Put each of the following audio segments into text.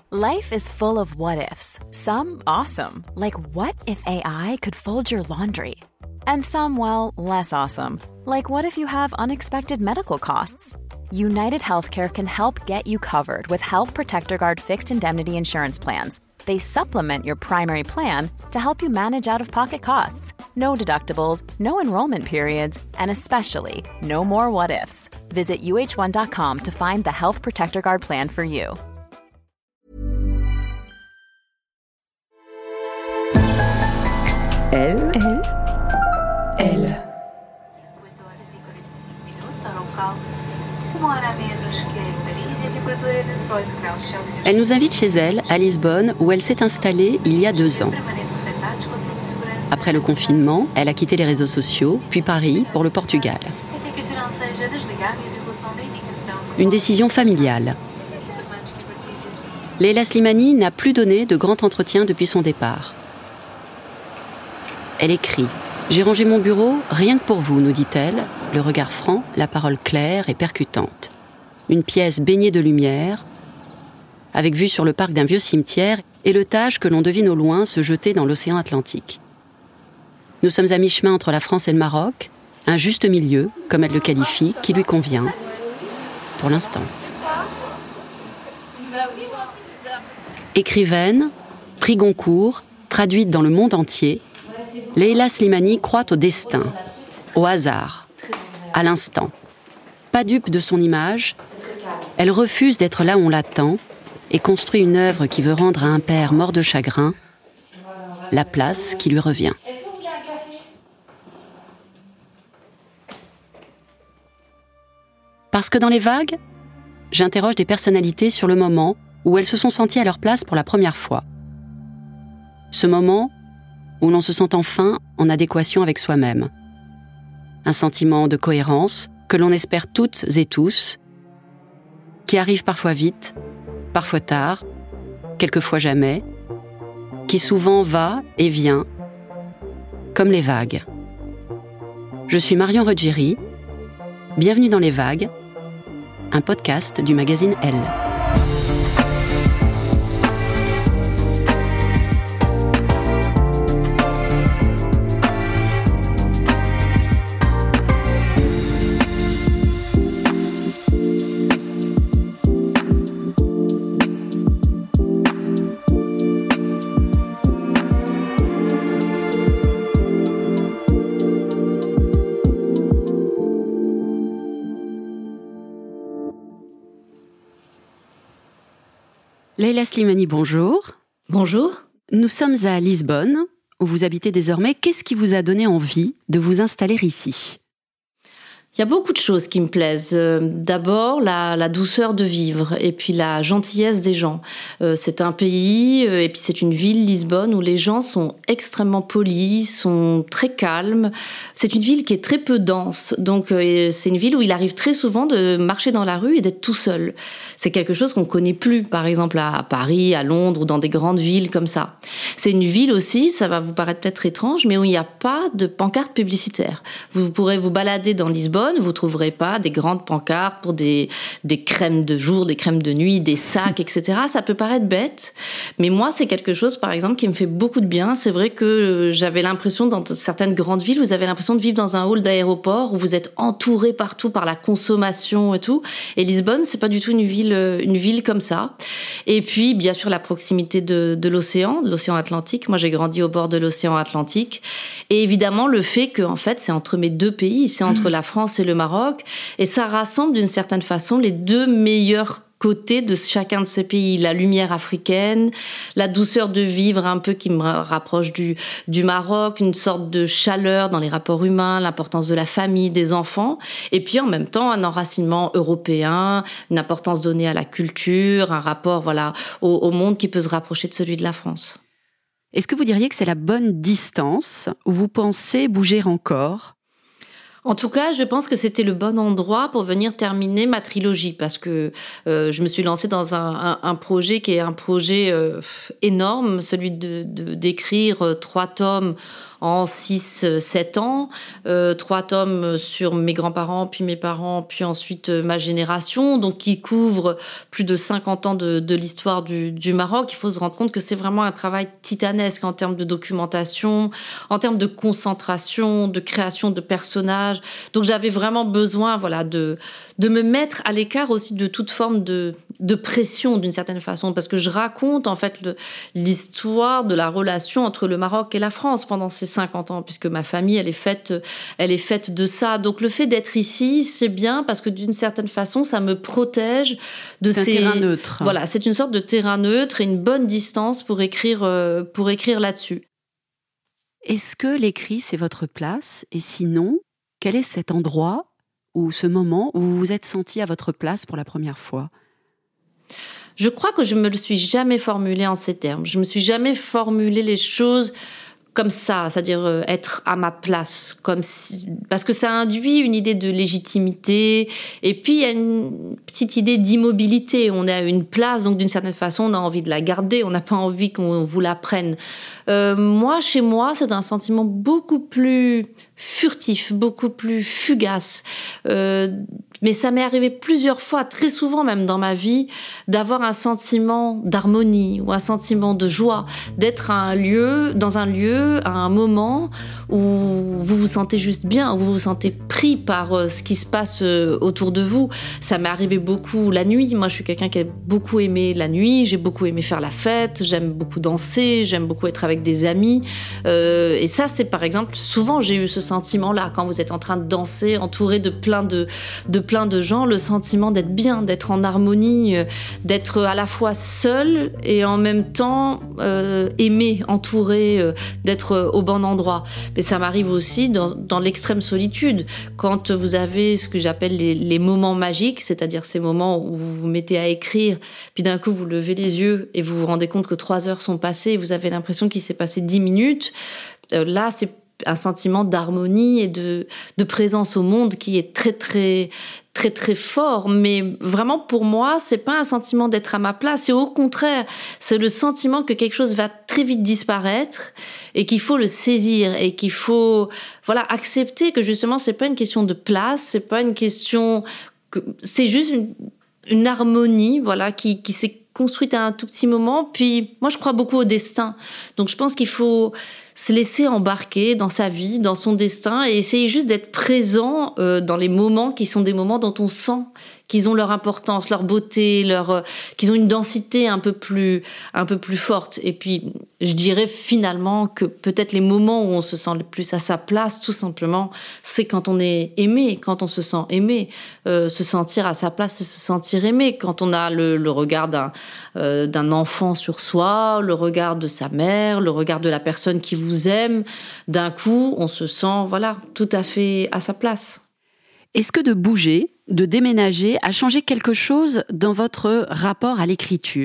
Life is full of what-ifs. Some awesome, like what if AI could fold your laundry? And some, well, less awesome, like what if you have unexpected medical costs? United Healthcare can help get you covered with Health Protector Guard fixed indemnity insurance plans. They supplement your primary plan to help you manage out-of-pocket costs. No deductibles, no enrollment periods, and especially no more what-ifs. Visit uh1.com to find the Health Protector Guard plan for you. Elle. Elle nous invite chez elle, à Lisbonne, où elle s'est installée il y a 2 ans. Après le confinement, elle a quitté les réseaux sociaux, puis Paris pour le Portugal. Une décision familiale. Leila Slimani n'a plus donné de grand entretien depuis son départ. Elle écrit « J'ai rangé mon bureau rien que pour vous », nous dit-elle, le regard franc, la parole claire et percutante. Une pièce baignée de lumière, avec vue sur le parc d'un vieux cimetière et le Tage que l'on devine au loin se jeter dans l'océan Atlantique. Nous sommes à mi-chemin entre la France et le Maroc, un juste milieu, comme elle le qualifie, qui lui convient, pour l'instant. Écrivaine, prix Goncourt, traduite dans le monde entier, Leila Slimani croit au destin, au hasard, à l'instant. Pas dupe de son image, elle refuse d'être là où on l'attend et construit une œuvre qui veut rendre à un père mort de chagrin la place qui lui revient. Parce que dans les vagues, j'interroge des personnalités sur le moment où elles se sont senties à leur place pour la première fois. Ce moment où l'on se sent enfin en adéquation avec soi-même. Un sentiment de cohérence que l'on espère toutes et tous, qui arrive parfois vite, parfois tard, quelquefois jamais, qui souvent va et vient, comme les vagues. Je suis Marion Ruggieri, bienvenue dans Les Vagues, un podcast du magazine Elle. Leila Slimani, bonjour. Bonjour. Nous sommes à Lisbonne, où vous habitez désormais. Qu'est-ce qui vous a donné envie de vous installer ici ? Il y a beaucoup de choses qui me plaisent. D'abord, la douceur de vivre et puis la gentillesse des gens. C'est un pays et puis c'est une ville, Lisbonne, où les gens sont extrêmement polis, sont très calmes. C'est une ville qui est très peu dense. Donc, c'est une ville où il arrive très souvent de marcher dans la rue et d'être tout seul. C'est quelque chose qu'on ne connaît plus, par exemple à Paris, à Londres ou dans des grandes villes comme ça. C'est une ville aussi, ça va vous paraître peut-être étrange, mais où il n'y a pas de pancarte publicitaire. Vous pourrez vous balader dans Lisbonne, vous ne trouverez pas des grandes pancartes pour des crèmes de jour, des crèmes de nuit, des sacs, etc. Ça peut paraître bête, mais moi, c'est quelque chose, par exemple, qui me fait beaucoup de bien. C'est vrai que j'avais l'impression, dans certaines grandes villes, vous avez l'impression de vivre dans un hall d'aéroport où vous êtes entouré partout par la consommation et tout. Et Lisbonne, c'est pas du tout une ville comme ça. Et puis, bien sûr, la proximité de l'océan Atlantique. Moi, j'ai grandi au bord de l'océan Atlantique. Et évidemment, le fait que, en fait, c'est entre mes deux pays, c'est entre la France et le Maroc. Et ça rassemble, d'une certaine façon, les deux meilleurs côtés de chacun de ces pays. La lumière africaine, la douceur de vivre un peu qui me rapproche du Maroc, une sorte de chaleur dans les rapports humains, l'importance de la famille, des enfants, et puis en même temps un enracinement européen, une importance donnée à la culture, un rapport au monde qui peut se rapprocher de celui de la France. Est-ce que vous diriez que c'est la bonne distance où vous pensez bouger encore ? En tout cas, je pense que c'était le bon endroit pour venir terminer ma trilogie parce que je me suis lancée dans un projet qui est un projet énorme, celui d'écrire 3 tomes en 6-7 ans, 3 tomes sur mes grands-parents, puis mes parents, puis ensuite ma génération, donc qui couvre plus de 50 ans de l'histoire du Maroc. Il faut se rendre compte que c'est vraiment un travail titanesque en termes de documentation, en termes de concentration, de création de personnages. Donc j'avais vraiment besoin de me mettre à l'écart aussi de toute forme de pression d'une certaine façon, parce que je raconte en fait l'histoire de la relation entre le Maroc et la France pendant ces 50 ans, puisque ma famille elle est faite de ça. Donc le fait d'être ici, c'est bien parce que d'une certaine façon, ça me protège de ces terrain neutre. Voilà, c'est une sorte de terrain neutre et une bonne distance pour écrire là-dessus. Est-ce que l'écrit, c'est votre place ? Et sinon, quel est cet endroit ou ce moment où vous vous êtes senti à votre place pour la première fois ? Je crois que je me le suis jamais formulé en ces termes. Je me suis jamais formulé les choses comme ça, c'est-à-dire être à ma place, parce que ça induit une idée de légitimité, et puis il y a une petite idée d'immobilité. On est à une place, donc d'une certaine façon, on a envie de la garder, on n'a pas envie qu'on vous la prenne. Moi, chez moi, c'est un sentiment beaucoup plus furtif, beaucoup plus fugace. Mais ça m'est arrivé plusieurs fois, très souvent même dans ma vie, d'avoir un sentiment d'harmonie ou un sentiment de joie, d'être dans un lieu, à un moment où vous vous sentez juste bien, où vous vous sentez pris par ce qui se passe autour de vous. Ça m'est arrivé beaucoup la nuit. Moi, je suis quelqu'un qui a beaucoup aimé la nuit, j'ai beaucoup aimé faire la fête, j'aime beaucoup danser, j'aime beaucoup être avec des amis. Et ça, c'est par exemple, souvent j'ai eu ce sentiment-là, quand vous êtes en train de danser, entouré de plein de gens, le sentiment d'être bien, d'être en harmonie, d'être à la fois seul et en même temps aimé, entouré, d'être au bon endroit. Mais ça m'arrive aussi dans l'extrême solitude, quand vous avez ce que j'appelle les moments magiques, c'est-à-dire ces moments où vous vous mettez à écrire, puis d'un coup vous levez les yeux et vous vous rendez compte que 3 heures sont passées et vous avez l'impression qu'il s'est passé 10 minutes. Là, c'est un sentiment d'harmonie et de présence au monde qui est très, très, très, très fort. Mais vraiment, pour moi, c'est pas un sentiment d'être à ma place. Et au contraire, c'est le sentiment que quelque chose va très vite disparaître et qu'il faut le saisir et qu'il faut, accepter que justement, c'est pas une question de place, c'est pas une question c'est juste une harmonie, qui s'est construite à un tout petit moment. Puis, moi, je crois beaucoup au destin. Donc, je pense qu'il faut se laisser embarquer dans sa vie, dans son destin, et essayer juste d'être présent dans les moments qui sont des moments dont on sent qu'ils ont leur importance, leur beauté, qu'ils ont une densité un peu plus forte. Et puis, je dirais finalement que peut-être les moments où on se sent le plus à sa place, tout simplement, c'est quand on est aimé, quand on se sent aimé. Se sentir à sa place, c'est se sentir aimé. Quand on a le regard d'un enfant sur soi, le regard de sa mère, le regard de la personne qui vous aime, d'un coup, on se sent, tout à fait à sa place. Est-ce que de bouger, de déménager, a changé quelque chose dans votre rapport à l'écriture ?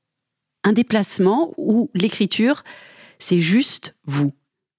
Un déplacement où l'écriture, c'est juste vous ?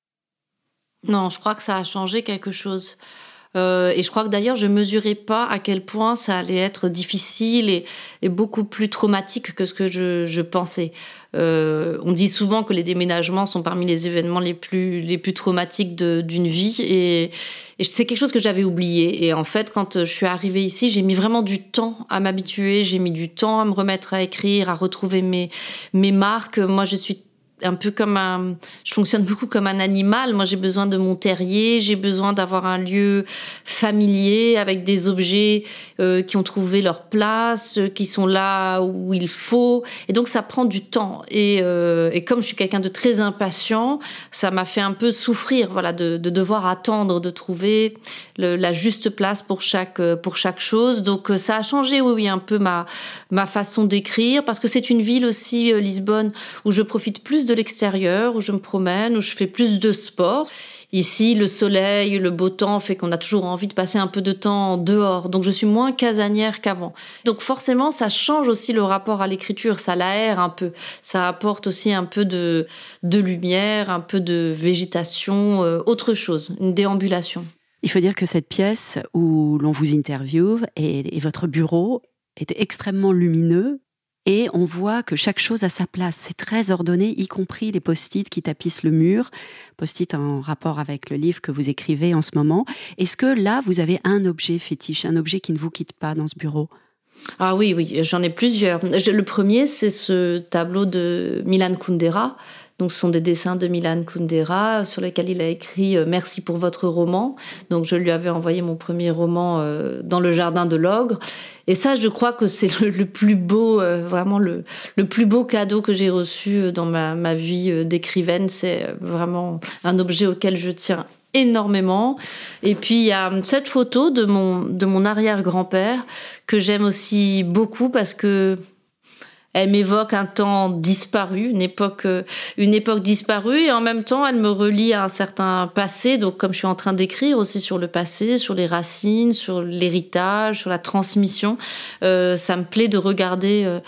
Non, je crois que ça a changé quelque chose. Et je crois que d'ailleurs, je ne mesurais pas à quel point ça allait être difficile et beaucoup plus traumatique que ce que je pensais. On dit souvent que les déménagements sont parmi les événements les plus traumatiques d'une vie. Et c'est quelque chose que j'avais oublié. Et en fait, quand je suis arrivée ici, j'ai mis vraiment du temps à m'habituer. J'ai mis du temps à me remettre à écrire, à retrouver mes marques. Moi, je suis un peu je fonctionne beaucoup comme un animal. Moi, j'ai besoin de mon terrier, j'ai besoin d'avoir un lieu familier avec des objets qui ont trouvé leur place, qui sont là où il faut. Et donc, ça prend du temps. Et comme je suis quelqu'un de très impatient, ça m'a fait un peu souffrir, de devoir attendre, de trouver la juste place pour chaque chose. Donc, ça a changé, oui, un peu ma façon d'écrire, parce que c'est une ville aussi, Lisbonne, où je profite plus de l'extérieur, où je me promène, où je fais plus de sport. Ici, le soleil, le beau temps fait qu'on a toujours envie de passer un peu de temps dehors. Donc, je suis moins casanière qu'avant. Donc, forcément, ça change aussi le rapport à l'écriture. Ça l'aère un peu. Ça apporte aussi un peu de lumière, un peu de végétation, autre chose, une déambulation. Il faut dire que cette pièce où l'on vous interviewe et votre bureau est extrêmement lumineux et on voit que chaque chose a sa place. C'est très ordonné, y compris les post-it qui tapissent le mur, post-it en rapport avec le livre que vous écrivez en ce moment. Est-ce que là, vous avez un objet fétiche, un objet qui ne vous quitte pas dans ce bureau ? Ah oui, j'en ai plusieurs. Le premier, c'est ce tableau de Milan Kundera. Donc, ce sont des dessins de Milan Kundera sur lesquels il a écrit « Merci pour votre roman ». Donc, je lui avais envoyé mon premier roman dans le jardin de l'ogre. Et ça, je crois que c'est le plus beau, vraiment le plus beau cadeau que j'ai reçu dans ma vie d'écrivaine. C'est vraiment un objet auquel je tiens énormément. Et puis, il y a cette photo de mon arrière-grand-père que j'aime aussi beaucoup parce que elle m'évoque un temps disparu, une époque disparue, et en même temps, elle me relie à un certain passé. Donc, comme je suis en train d'écrire aussi sur le passé, sur les racines, sur l'héritage, sur la transmission, ça me plaît de regarder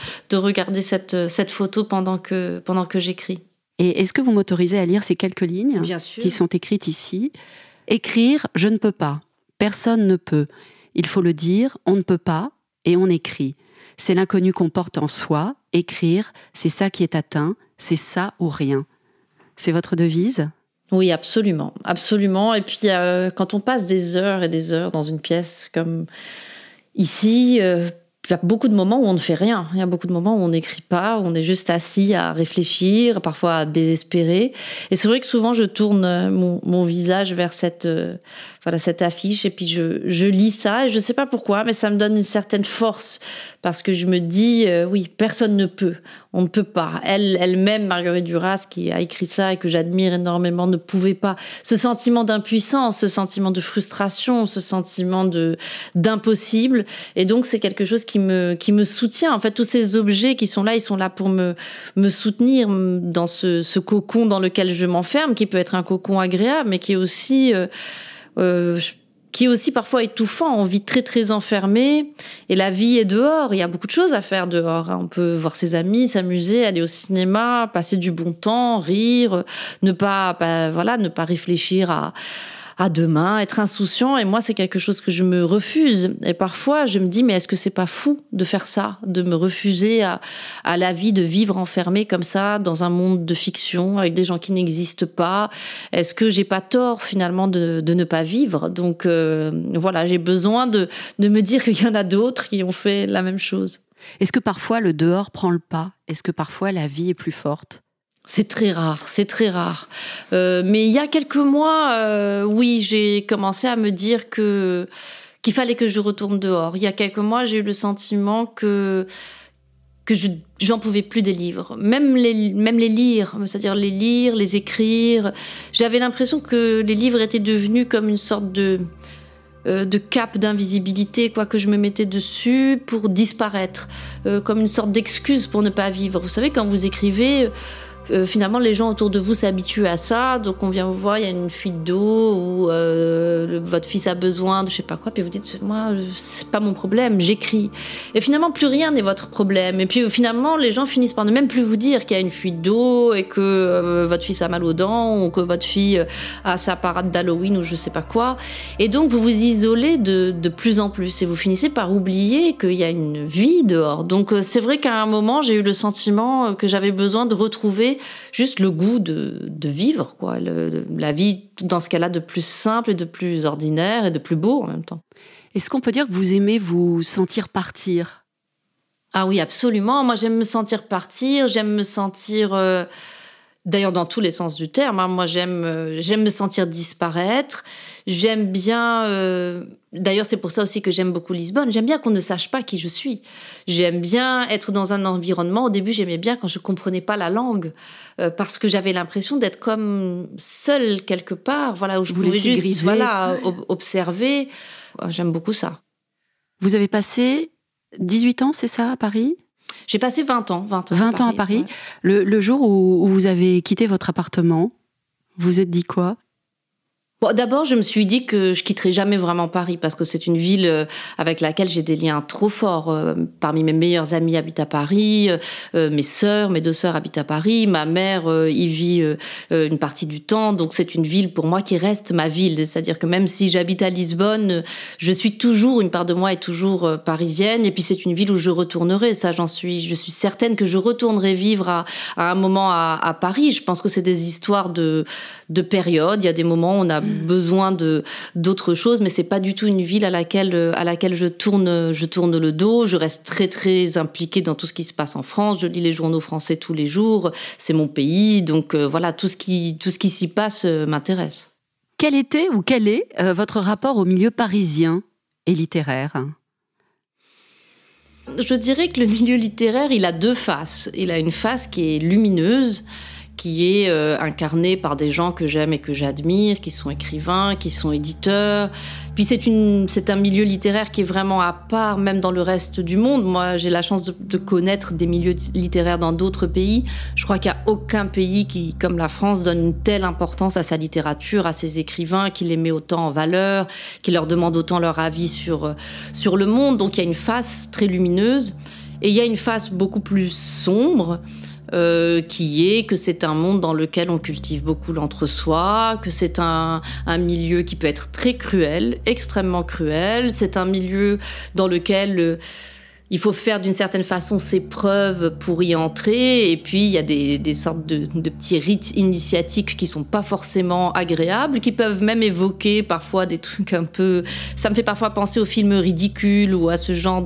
cette photo pendant que j'écris. Et est-ce que vous m'autorisez à lire ces quelques lignes qui sont écrites ici ? Écrire, je ne peux pas. Personne ne peut. Il faut le dire, on ne peut pas, et on écrit. C'est l'inconnu qu'on porte en soi. Écrire, c'est ça qui est atteint, c'est ça ou rien. C'est votre devise ? Oui, absolument, absolument. Et puis, quand on passe des heures et des heures dans une pièce comme ici, il y a beaucoup de moments où on ne fait rien. Il y a beaucoup de moments où on n'écrit pas, où on est juste assis à réfléchir, parfois à désespérer. Et c'est vrai que souvent, je tourne mon visage vers cette affiche et puis je lis ça. Et je ne sais pas pourquoi, mais ça me donne une certaine force parce que je me dis, oui, personne ne peut. On ne peut pas. Elle-même, Marguerite Duras, qui a écrit ça et que j'admire énormément, ne pouvait pas. Ce sentiment d'impuissance, ce sentiment de frustration, ce sentiment d'impossible. Et donc, c'est quelque chose qui me soutient. En fait, tous ces objets qui sont là, ils sont là pour me soutenir dans ce cocon dans lequel je m'enferme, qui peut être un cocon agréable, mais qui est aussi parfois étouffant. On vit très, très enfermé. Et la vie est dehors. Il y a beaucoup de choses à faire dehors. On peut voir ses amis, s'amuser, aller au cinéma, passer du bon temps, rire, ne pas réfléchir à demain, être insouciant. Et moi, c'est quelque chose que je me refuse. Et parfois, je me dis, mais est-ce que c'est pas fou de faire ça, de me refuser à la vie, de vivre enfermé comme ça, dans un monde de fiction, avec des gens qui n'existent pas? Est-ce que j'ai pas tort, finalement, de ne pas vivre? Donc, voilà, j'ai besoin de me dire qu'il y en a d'autres qui ont fait la même chose. Est-ce que parfois le dehors prend le pas? Est-ce que parfois la vie est plus forte? C'est très rare. Mais il y a quelques mois, oui, j'ai commencé à me dire qu'il fallait que je retourne dehors. Il y a quelques mois, j'ai eu le sentiment que j'en pouvais plus des livres. Même les lire, c'est-à-dire les lire, les écrire. J'avais l'impression que les livres étaient devenus comme une sorte de cape d'invisibilité, que je me mettais dessus pour disparaître, comme une sorte d'excuse pour ne pas vivre. Vous savez, quand vous écrivez... finalement, les gens autour de vous s'habituent à ça. Donc, on vient vous voir, il y a une fuite d'eau ou votre fils a besoin de je sais pas quoi. Puis vous dites, moi, c'est pas mon problème, j'écris. Et finalement, plus rien n'est votre problème. Et puis, finalement, les gens finissent par ne même plus vous dire qu'il y a une fuite d'eau et que votre fils a mal aux dents ou que votre fille a sa parade d'Halloween ou je sais pas quoi. Et donc, vous vous isolez de plus en plus. Et vous finissez par oublier qu'il y a une vie dehors. Donc, c'est vrai qu'à un moment, j'ai eu le sentiment que j'avais besoin de retrouver juste le goût de vivre, la vie dans ce cas-là de plus simple et de plus ordinaire et de plus beau en même temps. Est-ce qu'on peut dire que vous aimez vous sentir partir ? Ah oui, absolument. Moi, j'aime me sentir partir, j'aime me sentir... D'ailleurs, dans tous les sens du terme, moi, j'aime me sentir disparaître. J'aime bien... D'ailleurs, c'est pour ça aussi que j'aime beaucoup Lisbonne. J'aime bien qu'on ne sache pas qui je suis. J'aime bien être dans un environnement... Au début, j'aimais bien quand je ne comprenais pas la langue, parce que j'avais l'impression d'être comme seule quelque part, où je pouvais juste observer. J'aime beaucoup ça. Vous avez passé 18 ans, c'est ça, à Paris ? J'ai passé 20 ans. 20 ans à Paris. Ouais. Le jour où vous avez quitté votre appartement, vous vous êtes dit quoi ? Bon, d'abord, je me suis dit que je quitterais jamais vraiment Paris parce que c'est une ville avec laquelle j'ai des liens trop forts. Parmi mes meilleurs amis habitent à Paris, mes 2 sœurs habitent à Paris, ma mère y vit une partie du temps. Donc c'est une ville pour moi qui reste ma ville. C'est-à-dire que même si j'habite à Lisbonne, une part de moi est toujours parisienne. Et puis c'est une ville où je retournerai. Ça, je suis certaine que je retournerai vivre à un moment à Paris. Je pense que c'est des histoires de période. Il y a des moments où on a besoin d'autres choses, mais c'est pas du tout une ville à laquelle je tourne le dos. Je reste très très impliquée dans tout ce qui se passe en France. Je lis les journaux français tous les jours. C'est mon pays, donc voilà, tout ce qui s'y passe m'intéresse. Quel était ou quel est votre rapport au milieu parisien et littéraire ? Je dirais que le milieu littéraire, il a 2 faces. Il a une face qui est lumineuse, qui est incarné par des gens que j'aime et que j'admire, qui sont écrivains, qui sont éditeurs. Puis c'est un milieu littéraire qui est vraiment à part, même dans le reste du monde. Moi, j'ai la chance de connaître des milieux littéraires dans d'autres pays. Je crois qu'il n'y a aucun pays qui, comme la France, donne une telle importance à sa littérature, à ses écrivains, qui les met autant en valeur, qui leur demande autant leur avis sur le monde. Donc il y a une face très lumineuse et il y a une face beaucoup plus sombre, qui est que c'est un monde dans lequel on cultive beaucoup l'entre-soi, que c'est un milieu qui peut être très cruel, extrêmement cruel. C'est un milieu dans lequel il faut faire d'une certaine façon ses preuves pour y entrer. Et puis, il y a des sortes de petits rites initiatiques qui sont pas forcément agréables, qui peuvent même évoquer parfois des trucs un peu... Ça me fait parfois penser aux films ridicules ou à ce genre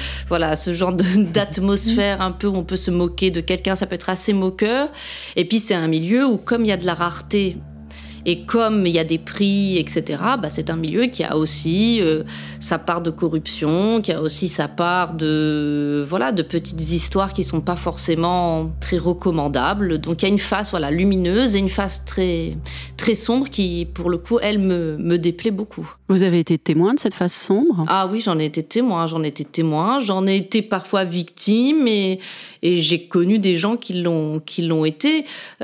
d'atmosphère un peu où on peut se moquer de quelqu'un. Ça peut être assez moqueur. Et puis, c'est un milieu où, comme il y a de la rareté, et comme il y a des prix, etc., c'est un milieu qui a aussi sa part de corruption, qui a aussi sa part de petites histoires qui sont pas forcément très recommandables. Donc il y a une face lumineuse et une face très, très sombre qui, pour le coup, elle me déplaît beaucoup. Vous avez été témoin de cette face sombre ? Ah oui, j'en ai été témoin. J'en ai été parfois victime et j'ai connu des gens qui l'ont été.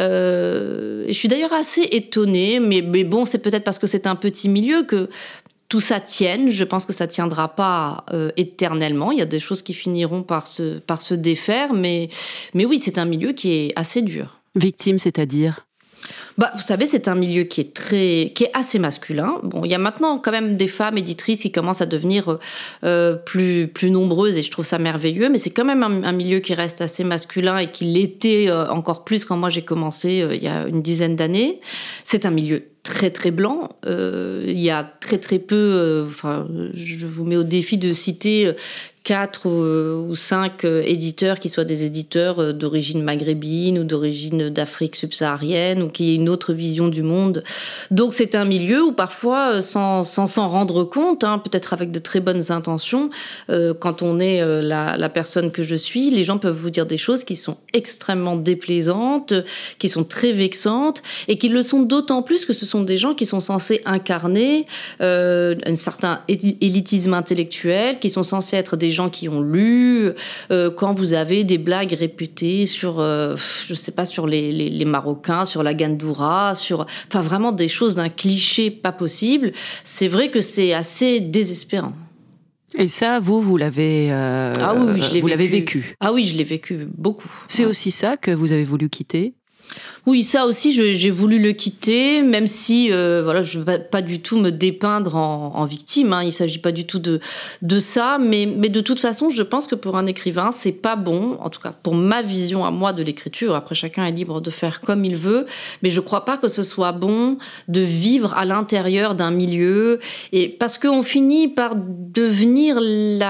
Et je suis d'ailleurs assez étonnée, mais bon, c'est peut-être parce que c'est un petit milieu que tout ça tienne. Je pense que ça tiendra pas éternellement. Il y a des choses qui finiront par se défaire, mais oui, c'est un milieu qui est assez dur. Victime, c'est-à-dire ? Vous savez, c'est un milieu qui est assez masculin. Bon, il y a maintenant quand même des femmes éditrices qui commencent à devenir plus nombreuses et je trouve ça merveilleux, mais c'est quand même un milieu qui reste assez masculin et qui l'était encore plus quand moi j'ai commencé il y a une dizaine d'années. C'est un milieu très très blanc. Il y a très très peu... je vous mets au défi de citer 4 ou 5 éditeurs qui soient des éditeurs d'origine maghrébine ou d'origine d'Afrique subsaharienne ou qui aient une autre vision du monde. Donc c'est un milieu où parfois, sans s'en rendre compte, peut-être avec de très bonnes intentions, quand on est la personne que je suis, les gens peuvent vous dire des choses qui sont extrêmement déplaisantes, qui sont très vexantes et qui le sont d'autant plus que ce sont des gens qui sont censés incarner un certain élitisme intellectuel, qui sont censés être des gens qui ont lu, quand vous avez des blagues répétées sur, je sais pas, sur les Marocains, sur la Gandoura, vraiment des choses d'un cliché pas possible, c'est vrai que c'est assez désespérant. Et ça, vous l'avez, vous l'avez vécu. Ah oui, je l'ai vécu beaucoup. C'est aussi ça que vous avez voulu quitter ? Oui, ça aussi, j'ai voulu le quitter, même si, je ne vais pas du tout me dépeindre en victime. Il ne s'agit pas du tout de ça, mais de toute façon, je pense que pour un écrivain, c'est pas bon, en tout cas pour ma vision à moi de l'écriture. Après, chacun est libre de faire comme il veut, mais je ne crois pas que ce soit bon de vivre à l'intérieur d'un milieu, et parce qu'on finit par devenir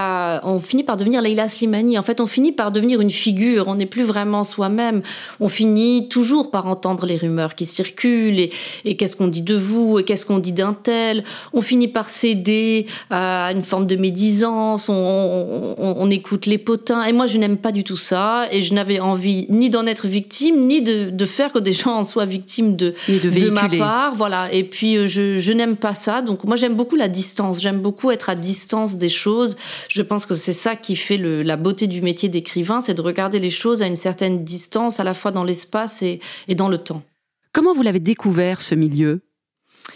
Leila Slimani. En fait, on finit par devenir une figure. On n'est plus vraiment soi-même. On finit toujours par entendre les rumeurs qui circulent et qu'est-ce qu'on dit de vous et qu'est-ce qu'on dit d'un tel. On finit par céder à une forme de médisance, on écoute les potins. Et moi, je n'aime pas du tout ça et je n'avais envie ni d'en être victime, ni de faire que des gens en soient victimes de ma part. Voilà. Et puis, je n'aime pas ça. Donc, moi, j'aime beaucoup la distance. J'aime beaucoup être à distance des choses. Je pense que c'est ça qui fait la beauté du métier d'écrivain, c'est de regarder les choses à une certaine distance, à la fois dans l'espace et dans le temps. Comment vous l'avez découvert, ce milieu ?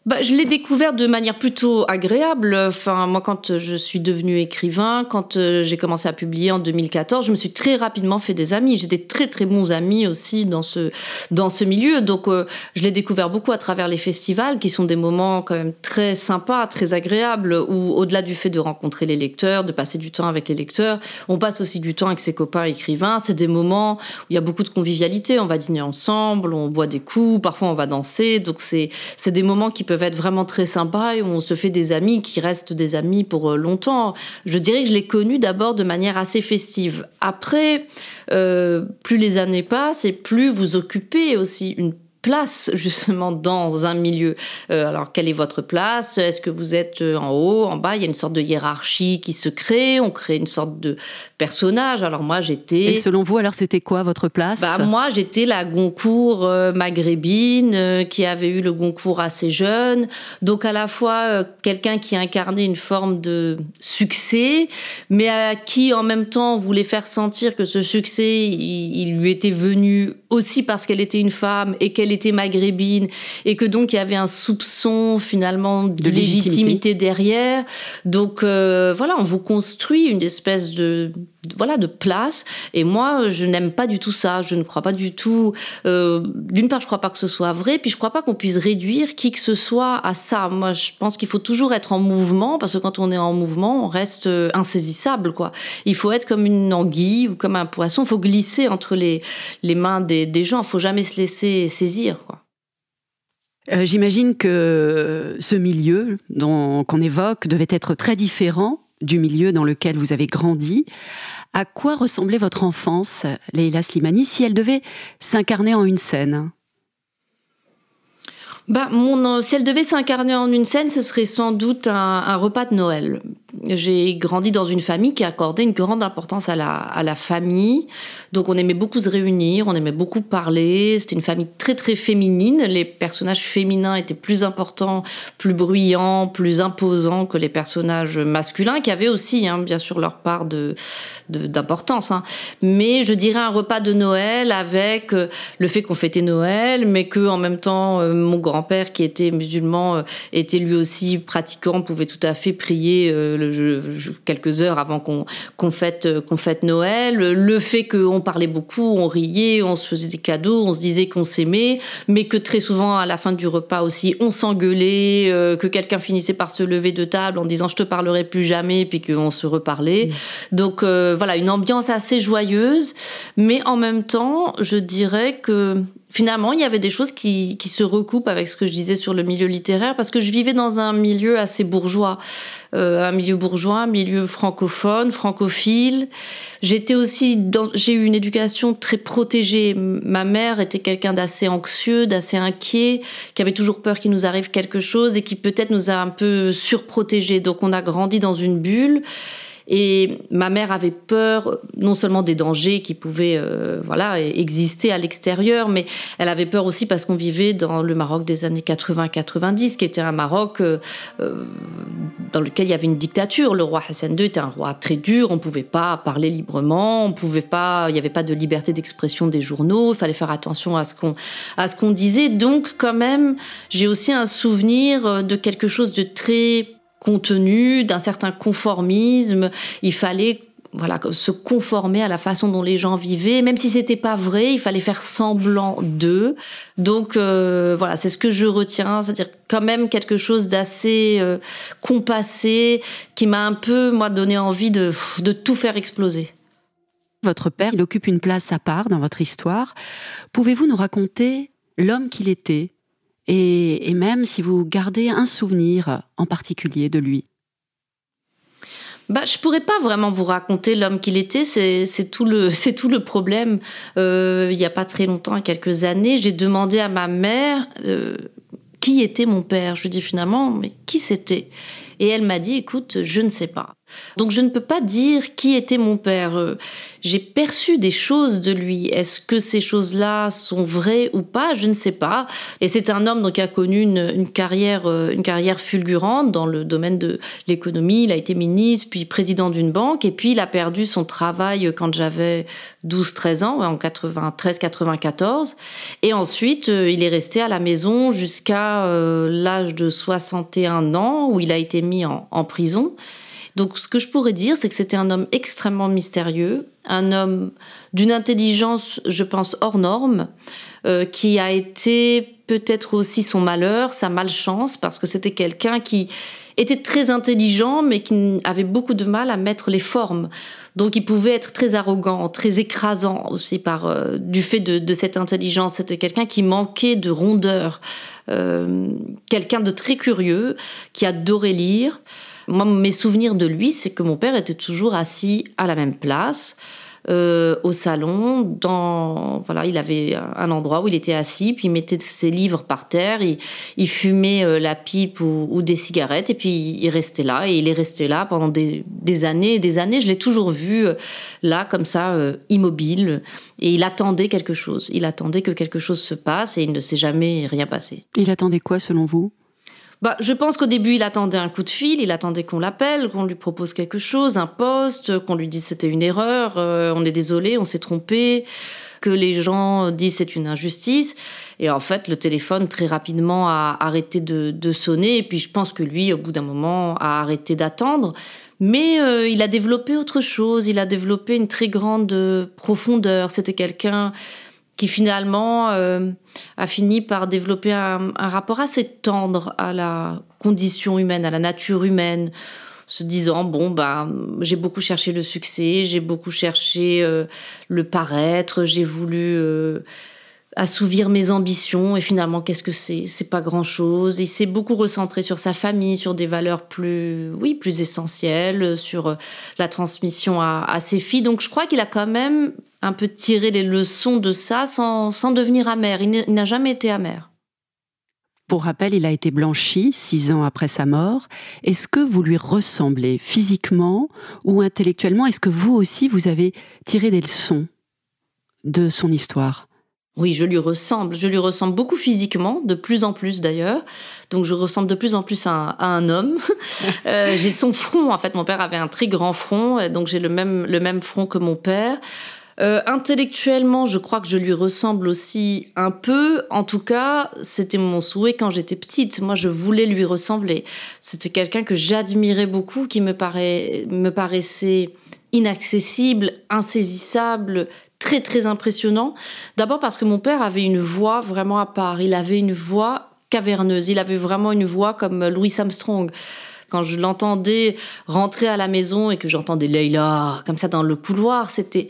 Je l'ai découvert de manière plutôt agréable. Enfin, moi, quand je suis devenue écrivain, quand j'ai commencé à publier en 2014, je me suis très rapidement fait des amis. J'ai des très très bons amis aussi dans ce milieu. Donc, je l'ai découvert beaucoup à travers les festivals, qui sont des moments quand même très sympas, très agréables, où au-delà du fait de rencontrer les lecteurs, de passer du temps avec les lecteurs, on passe aussi du temps avec ses copains écrivains. C'est des moments où il y a beaucoup de convivialité. On va dîner ensemble, on boit des coups, parfois on va danser. Donc, c'est des moments qui peuvent être vraiment très sympas et où on se fait des amis qui restent des amis pour longtemps. Je dirais que je l'ai connu d'abord de manière assez festive. Après, plus les années passent et plus vous occupez aussi une place justement dans un milieu. Alors, quelle est votre place ? Est-ce que vous êtes en haut, en bas ? Il y a une sorte de hiérarchie qui se crée. On crée une sorte de personnage. Alors moi, j'étais... Et selon vous, alors c'était quoi votre place ? Moi, j'étais la Goncourt maghrébine qui avait eu le Goncourt assez jeune. Donc à la fois quelqu'un qui incarnait une forme de succès, mais à qui en même temps voulait faire sentir que ce succès, il lui était venu aussi parce qu'elle était une femme et qu'elle était maghrébine et que donc il y avait un soupçon finalement d'illégitimité derrière. Donc on vous construit une espèce de place. Et moi, je n'aime pas du tout ça. Je ne crois pas du tout... d'une part, je ne crois pas que ce soit vrai, puis je ne crois pas qu'on puisse réduire qui que ce soit à ça. Moi, je pense qu'il faut toujours être en mouvement, parce que quand on est en mouvement, on reste insaisissable, quoi. Il faut être comme une anguille ou comme un poisson. Il faut glisser entre les mains des gens. Il ne faut jamais se laisser saisir, quoi. J'imagine que ce milieu qu'on évoque devait être très différent du milieu dans lequel vous avez grandi. À quoi ressemblait votre enfance, Leïla Slimani, si elle devait s'incarner en une scène ? Si elle devait s'incarner en une scène, ce serait sans doute un repas de Noël. J'ai grandi dans une famille qui accordait une grande importance à la famille. Donc on aimait beaucoup se réunir, on aimait beaucoup parler. C'était une famille très très féminine. Les personnages féminins étaient plus importants, plus bruyants, plus imposants que les personnages masculins, qui avaient aussi, bien sûr, leur part d'importance. Mais je dirais un repas de Noël avec le fait qu'on fêtait Noël, mais que en même temps, mon grand-père, qui était musulman, était lui aussi pratiquant, pouvait tout à fait prier quelques heures avant qu'on fête Noël. Le fait qu'on parlait beaucoup, on riait, on se faisait des cadeaux, on se disait qu'on s'aimait, mais que très souvent, à la fin du repas aussi, on s'engueulait, que quelqu'un finissait par se lever de table en disant « je te parlerai plus jamais », puis qu'on se reparlait. Donc une ambiance assez joyeuse, mais en même temps, je dirais que finalement, il y avait des choses qui se recoupent avec ce que je disais sur le milieu littéraire, parce que je vivais dans un milieu assez bourgeois, un milieu francophone, francophile. J'ai eu une éducation très protégée. Ma mère était quelqu'un d'assez anxieux, d'assez inquiet, qui avait toujours peur qu'il nous arrive quelque chose et qui peut-être nous a un peu surprotégés. Donc on a grandi dans une bulle. Et ma mère avait peur non seulement des dangers qui pouvaient exister à l'extérieur, mais elle avait peur aussi parce qu'on vivait dans le Maroc des années 80-90, qui était un Maroc dans lequel il y avait une dictature. Le roi Hassan II était un roi très dur, on ne pouvait pas parler librement, il n'y avait pas de liberté d'expression des journaux, il fallait faire attention à ce qu'on disait. Donc quand même, j'ai aussi un souvenir de quelque chose de très contenu, d'un certain conformisme. Il fallait se conformer à la façon dont les gens vivaient, même si c'était pas vrai, il fallait faire semblant d'eux. Donc c'est ce que je retiens, c'est-à-dire quand même quelque chose d'assez compassé, qui m'a un peu donné envie de tout faire exploser. Votre père, il occupe une place à part dans votre histoire. Pouvez-vous nous raconter l'homme qu'il était ? Et même si vous gardez un souvenir en particulier de lui. Je pourrais pas vraiment vous raconter l'homme qu'il était, c'est tout le problème. Il y a pas très longtemps, il y a quelques années, j'ai demandé à ma mère qui était mon père. Je lui ai dit finalement, mais qui c'était ? Et elle m'a dit, écoute, je ne sais pas. Donc je ne peux pas dire qui était mon père. J'ai perçu des choses de lui. Est-ce que ces choses-là sont vraies ou pas? Je ne sais pas. Et c'est un homme donc, qui a connu une carrière fulgurante dans le domaine de l'économie. Il a été ministre, puis président d'une banque. Et puis il a perdu son travail quand j'avais 12-13 ans, en 93-94. Et ensuite, il est resté à la maison jusqu'à l'âge de 61 ans, où il a été mis en prison. Donc, ce que je pourrais dire, c'est que c'était un homme extrêmement mystérieux, un homme d'une intelligence, je pense, hors norme, qui a été peut-être aussi son malheur, sa malchance, parce que c'était quelqu'un qui était très intelligent, mais qui avait beaucoup de mal à mettre les formes. Donc, il pouvait être très arrogant, très écrasant aussi du fait de cette intelligence. C'était quelqu'un qui manquait de rondeur, quelqu'un de très curieux, qui adorait lire. Moi, mes souvenirs de lui, c'est que mon père était toujours assis à la même place, au salon. Il avait un endroit où il était assis, puis il mettait ses livres par terre, il fumait la pipe ou des cigarettes, et puis il restait là, et il est resté là pendant des années et des années. Je l'ai toujours vu là, comme ça, immobile, et il attendait quelque chose. Il attendait que quelque chose se passe, et il ne s'est jamais rien passé. Il attendait quoi, selon vous ? Je pense qu'au début, il attendait un coup de fil, il attendait qu'on l'appelle, qu'on lui propose quelque chose, un poste, qu'on lui dise c'était une erreur, on est désolé, on s'est trompé, que les gens disent c'est une injustice. Et en fait, le téléphone, très rapidement, a arrêté de sonner. Et puis, je pense que lui, au bout d'un moment, a arrêté d'attendre. Mais il a développé autre chose, il a développé une très grande profondeur. C'était quelqu'un qui finalement a fini par développer un rapport assez tendre à la condition humaine, à la nature humaine, se disant, j'ai beaucoup cherché le succès, j'ai beaucoup cherché le paraître, j'ai voulu assouvir mes ambitions, et finalement, qu'est-ce que c'est ? C'est pas grand-chose. Il s'est beaucoup recentré sur sa famille, sur des valeurs plus essentielles, sur la transmission à ses filles. Donc je crois qu'il a quand même un peu tiré les leçons de ça sans devenir amer. Il n'a jamais été amer. Pour rappel, il a été blanchi 6 ans après sa mort. Est-ce que vous lui ressemblez physiquement ou intellectuellement ? Est-ce que vous aussi, vous avez tiré des leçons de son histoire ? Oui, je lui ressemble. Je lui ressemble beaucoup physiquement, de plus en plus d'ailleurs. Donc je ressemble de plus en plus à un homme. J'ai son front. En fait, mon père avait un très grand front, donc j'ai le même front que mon père. Intellectuellement, je crois que je lui ressemble aussi un peu. En tout cas, c'était mon souhait quand j'étais petite. Moi, je voulais lui ressembler. C'était quelqu'un que j'admirais beaucoup, qui me paraissait inaccessible, insaisissable, très, très impressionnant. D'abord parce que mon père avait une voix vraiment à part. Il avait une voix caverneuse. Il avait vraiment une voix comme Louis Armstrong. Quand je l'entendais rentrer à la maison et que j'entendais Leïla comme ça dans le couloir,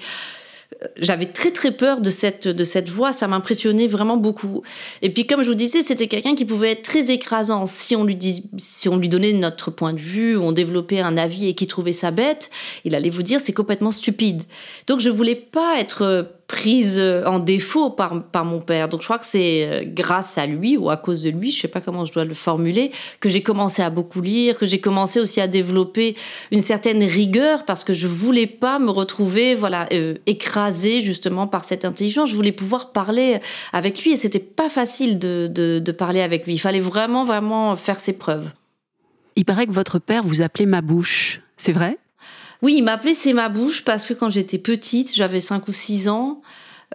j'avais très très peur de cette voix, ça m'impressionnait vraiment beaucoup. Et puis comme je vous disais, c'était quelqu'un qui pouvait être très écrasant. Si on lui donnait notre point de vue, on développait un avis et qu'il trouvait ça bête, il allait vous dire c'est complètement stupide. Donc je voulais pas être prise en défaut par mon père. Donc je crois que c'est grâce à lui ou à cause de lui, je sais pas comment je dois le formuler, que j'ai commencé à beaucoup lire, que j'ai commencé aussi à développer une certaine rigueur parce que je voulais pas me retrouver écrasée justement par cette intelligence. Je voulais pouvoir parler avec lui et c'était pas facile de parler avec lui. Il fallait vraiment, vraiment faire ses preuves. Il paraît que votre père vous appelait ma bouche, c'est vrai ? Oui, il m'appelait C'est ma bouche parce que quand j'étais petite, j'avais 5 ou 6 ans,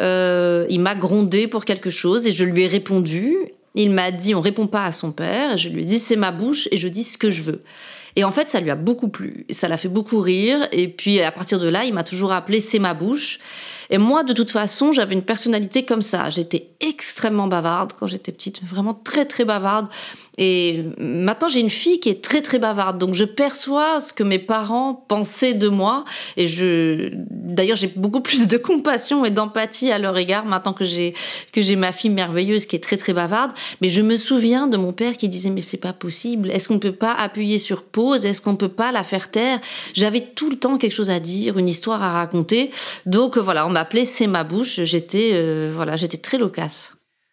il m'a grondé pour quelque chose et je lui ai répondu. Il m'a dit, on répond pas à son père, et je lui ai dit c'est ma bouche et je dis ce que je veux. Et en fait, ça lui a beaucoup plu, ça l'a fait beaucoup rire. Et puis à partir de là, il m'a toujours appelé c'est ma bouche. Et moi, de toute façon, j'avais une personnalité comme ça. J'étais extrêmement bavarde quand j'étais petite, vraiment très très bavarde. Et maintenant, j'ai une fille qui est très très bavarde, donc je perçois ce que mes parents pensaient de moi. Et d'ailleurs, j'ai beaucoup plus de compassion et d'empathie à leur égard maintenant que j'ai ma fille merveilleuse qui est très très bavarde. Mais je me souviens de mon père qui disait mais c'est pas possible. Est-ce qu'on peut pas appuyer sur pause ? Est-ce qu'on peut pas la faire taire ? J'avais tout le temps quelque chose à dire, une histoire à raconter. Donc voilà, on m'appelait c'est ma bouche. J'étais très loquace.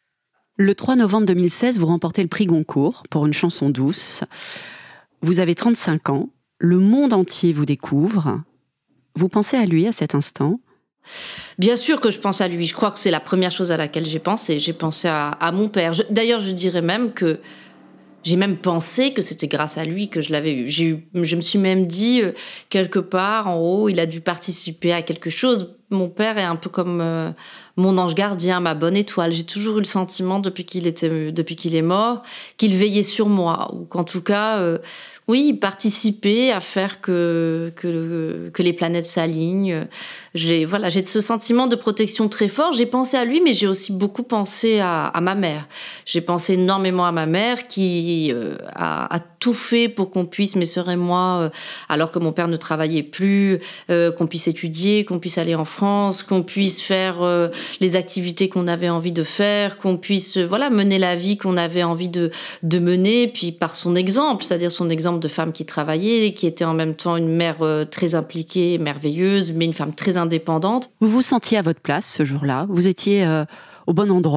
Le 3 novembre 2016, vous remportez le prix Goncourt pour une chanson douce. Vous avez 35 ans. le monde entier vous découvre. Vous pensez à lui à cet instant ? Bien sûr que je pense à lui. Je crois que c'est la première chose à laquelle j'ai pensé. J'ai pensé à mon père. D'ailleurs, je dirais même que j'ai même pensé que c'était grâce à lui que je l'avais eu. Je me suis même dit, quelque part, en haut, il a dû participer à quelque chose. Mon père est un peu comme mon ange gardien, ma bonne étoile. J'ai toujours eu le sentiment, depuis qu'il est mort, qu'il veillait sur moi. Ou qu'en tout cas, oui, il participait à faire que les planètes s'alignent. J'ai ce sentiment de protection très fort. J'ai pensé à lui, mais j'ai aussi beaucoup pensé à ma mère. J'ai pensé énormément à ma mère qui a tout fait pour qu'on puisse, mes sœurs et moi, alors que mon père ne travaillait plus, qu'on puisse étudier, qu'on puisse aller en France, qu'on puisse faire les activités qu'on avait envie de faire, qu'on puisse mener la vie qu'on avait envie de mener, puis par son exemple, c'est-à-dire son exemple de femme qui travaillait, qui était en même temps une mère très impliquée, merveilleuse, mais une femme très indépendante. Vous vous sentiez à votre place ce jour-là ? Vous étiez au bon endroit ?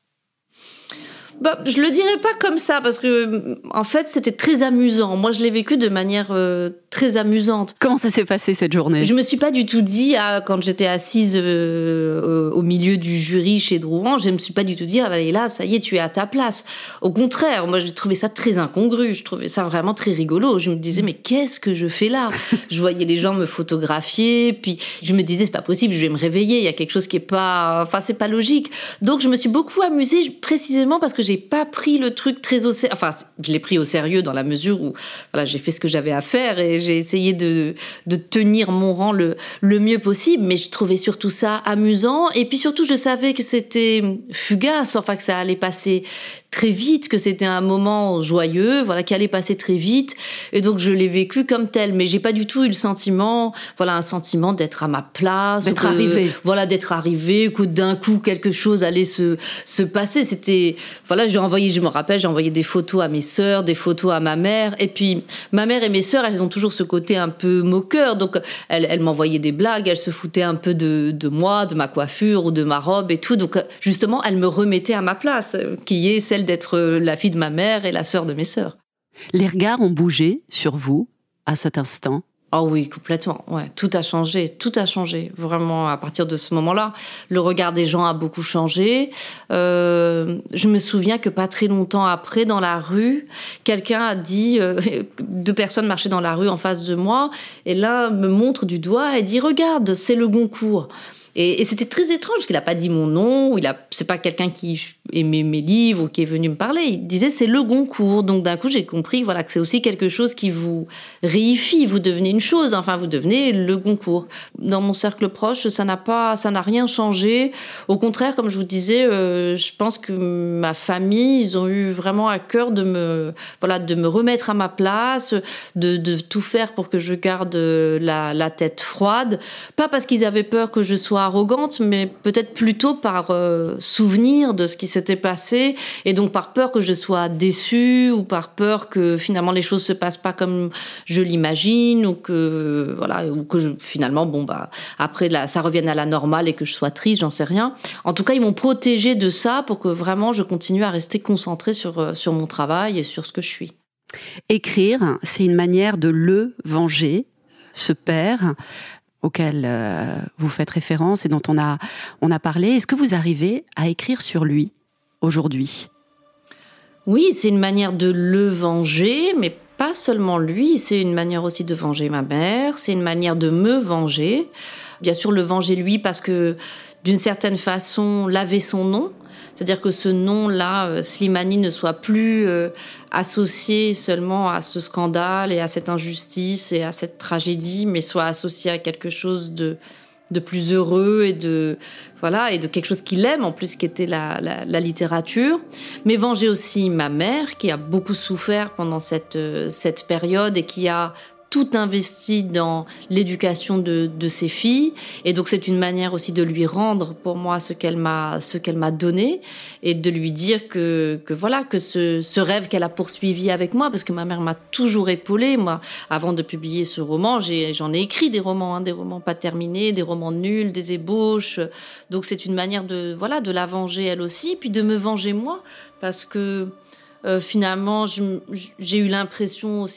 Je le dirais pas comme ça, parce que, en fait, c'était très amusant. Moi, je l'ai vécu de manière très amusante. Comment ça s'est passé cette journée ? Je me suis pas du tout dit, quand j'étais assise au milieu du jury chez Drouin, je me suis pas du tout dit, là, ça y est, tu es à ta place. Au contraire, moi, j'ai trouvé ça très incongru. Je trouvais ça vraiment très rigolo. Je me disais, mais qu'est-ce que je fais là ? Je voyais les gens me photographier, puis je me disais, c'est pas possible, je vais me réveiller. Il y a quelque chose qui est pas, c'est pas logique. Donc, je me suis beaucoup amusée, précisément parce que j'ai pas pris le truc très au sérieux. Enfin, je l'ai pris au sérieux dans la mesure où, j'ai fait ce que j'avais à faire et j'ai essayé de tenir mon rang le mieux possible, mais je trouvais surtout ça amusant. Et puis surtout, je savais que c'était fugace, que ça allait passer très vite, que c'était un moment joyeux, qui allait passer très vite. Et donc, je l'ai vécu comme tel. Mais j'ai pas du tout eu le sentiment, un sentiment d'être à ma place. D'être arrivé. D'être arrivé, que d'un coup, quelque chose allait se passer. C'était, j'ai envoyé des photos à mes sœurs, des photos à ma mère. Et puis, ma mère et mes sœurs, elles ont toujours ce côté un peu moqueur. Donc, elles m'envoyaient des blagues, elles se foutaient un peu de moi, de ma coiffure ou de ma robe et tout. Donc, justement, elles me remettaient à ma place, qui est celle d'être la fille de ma mère et la sœur de mes sœurs. Les regards ont bougé sur vous à cet instant ? Oh oui, complètement. Ouais, tout a changé. Vraiment, à partir de ce moment-là, le regard des gens a beaucoup changé. Je me souviens que pas très longtemps après, dans la rue, quelqu'un a dit, 2 personnes marchaient dans la rue en face de moi, et l'un me montre du doigt et dit, regarde, c'est le Goncourt. Et c'était très étrange, parce qu'il n'a pas dit mon nom, c'est pas quelqu'un qui aimait mes livres ou qui est venu me parler. Il disait c'est le Goncourt. Donc d'un coup, j'ai compris que c'est aussi quelque chose qui vous réifie. Vous devenez une chose, vous devenez le Goncourt. Dans mon cercle proche, ça n'a rien changé. Au contraire, comme je vous disais, je pense que ma famille, ils ont eu vraiment à cœur de me remettre à ma place, de tout faire pour que je garde la tête froide. Pas parce qu'ils avaient peur que je sois arrogante, mais peut-être plutôt par souvenir de ce qui s'était passé, et donc par peur que je sois déçue, ou par peur que finalement les choses se passent pas comme je l'imagine, ou que finalement après ça revienne à la normale et que je sois triste, j'en sais rien. En tout cas, ils m'ont protégée de ça pour que vraiment je continue à rester concentrée sur mon travail et sur ce que je suis. Écrire, c'est une manière de le venger, ce père auquel vous faites référence et dont on a parlé. Est-ce que vous arrivez à écrire sur lui aujourd'hui ? Oui, c'est une manière de le venger, mais pas seulement lui. C'est une manière aussi de venger ma mère. C'est une manière de me venger. Bien sûr, le venger lui parce que, d'une certaine façon, laver son nom. C'est-à-dire que ce nom-là, Slimani, ne soit plus associé seulement à ce scandale et à cette injustice et à cette tragédie, mais soit associé à quelque chose de plus heureux et de quelque chose qu'il aime, en plus, qui était la littérature. Mais venger aussi ma mère, qui a beaucoup souffert pendant cette période et qui a tout investi dans l'éducation de ses filles. Et donc, c'est une manière aussi de lui rendre, pour moi, ce qu'elle m'a donné, et de lui dire que ce rêve qu'elle a poursuivi avec moi, parce que ma mère m'a toujours épaulée. Moi, avant de publier ce roman, j'en ai écrit des romans pas terminés, des romans nuls, des ébauches. Donc, c'est une manière de la venger elle aussi, puis de me venger moi, parce que finalement, j'ai eu l'impression aussi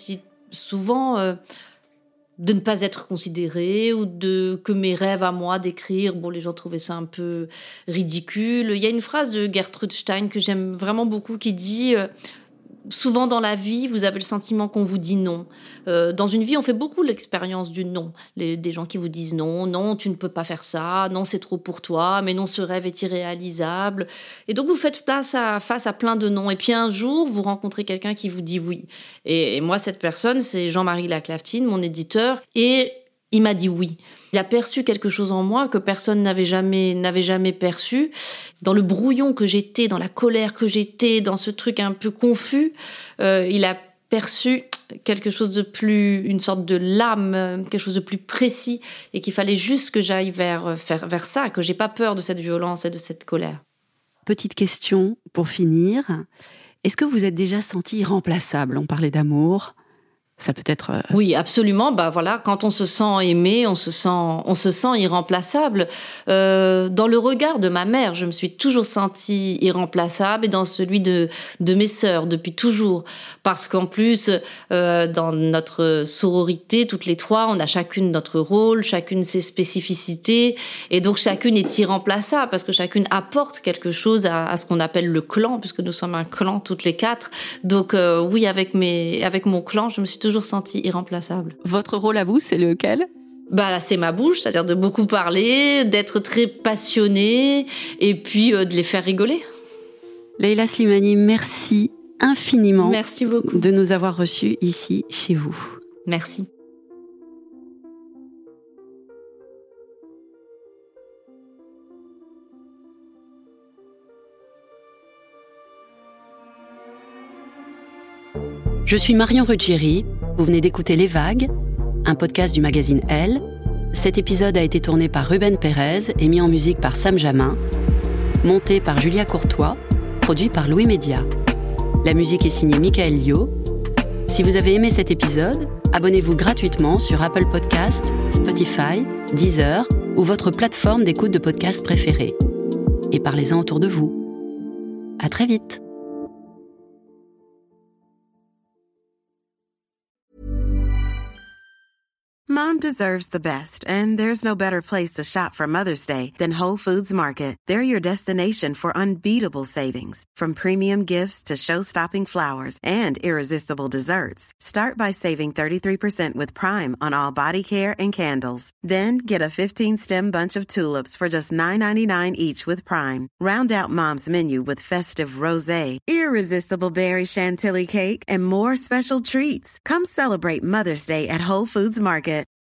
souvent de ne pas être considérée ou que mes rêves à moi d'écrire, les gens trouvaient ça un peu ridicule. Il y a une phrase de Gertrude Stein que j'aime vraiment beaucoup qui dit souvent dans la vie, vous avez le sentiment qu'on vous dit non. Dans une vie, on fait beaucoup l'expérience du non. Des gens qui vous disent non, non, tu ne peux pas faire ça, non, c'est trop pour toi, mais non, ce rêve est irréalisable. Et donc, vous faites face à plein de non. Et puis un jour, vous rencontrez quelqu'un qui vous dit oui. Et moi, cette personne, c'est Jean-Marie Laclaftine, mon éditeur, et il m'a dit oui. Il a perçu quelque chose en moi que personne n'avait jamais perçu. Dans le brouillon que j'étais, dans la colère que j'étais, dans ce truc un peu confus, il a perçu quelque chose de plus, une sorte de lame, quelque chose de plus précis, et qu'il fallait juste que j'aille vers ça, que j'ai pas peur de cette violence et de cette colère. Petite question pour finir. Est-ce que vous êtes déjà senti irremplaçable ? On parlait d'amour. Ça peut être... Oui, absolument. Quand on se sent aimé, on se sent irremplaçable. Dans le regard de ma mère, je me suis toujours sentie irremplaçable, et dans celui de mes sœurs, depuis toujours. Parce qu'en plus, dans notre sororité, toutes les trois, on a chacune notre rôle, chacune ses spécificités, et donc chacune est irremplaçable, parce que chacune apporte quelque chose à ce qu'on appelle le clan, puisque nous sommes un clan toutes les quatre. Donc oui, avec mon clan, je me suis toujours sentie irremplaçable. Votre rôle à vous, c'est lequel ? C'est ma bouche, c'est-à-dire de beaucoup parler, d'être très passionnée et puis de les faire rigoler. Leïla Slimani, merci infiniment. Merci beaucoup. De nous avoir reçus ici, chez vous. Merci. Je suis Marion Ruggieri, vous venez d'écouter Les Vagues, un podcast du magazine Elle. Cet épisode a été tourné par Ruben Pérez et mis en musique par Sam Jamin, monté par Julia Courtois, produit par Louis Média. La musique est signée Michael Lio. Si vous avez aimé cet épisode, abonnez-vous gratuitement sur Apple Podcasts, Spotify, Deezer ou votre plateforme d'écoute de podcasts préférée. Et parlez-en autour de vous. À très vite. Mom deserves the best, and there's no better place to shop for Mother's Day than Whole Foods Market. They're your destination for unbeatable savings, from premium gifts to show-stopping flowers and irresistible desserts. Start by saving 33% with Prime on all body care and candles. Then get a 15-stem bunch of tulips for just $9.99 each with Prime. Round out Mom's menu with festive rosé, irresistible berry chantilly cake, and more special treats. Come celebrate Mother's Day at Whole Foods Market.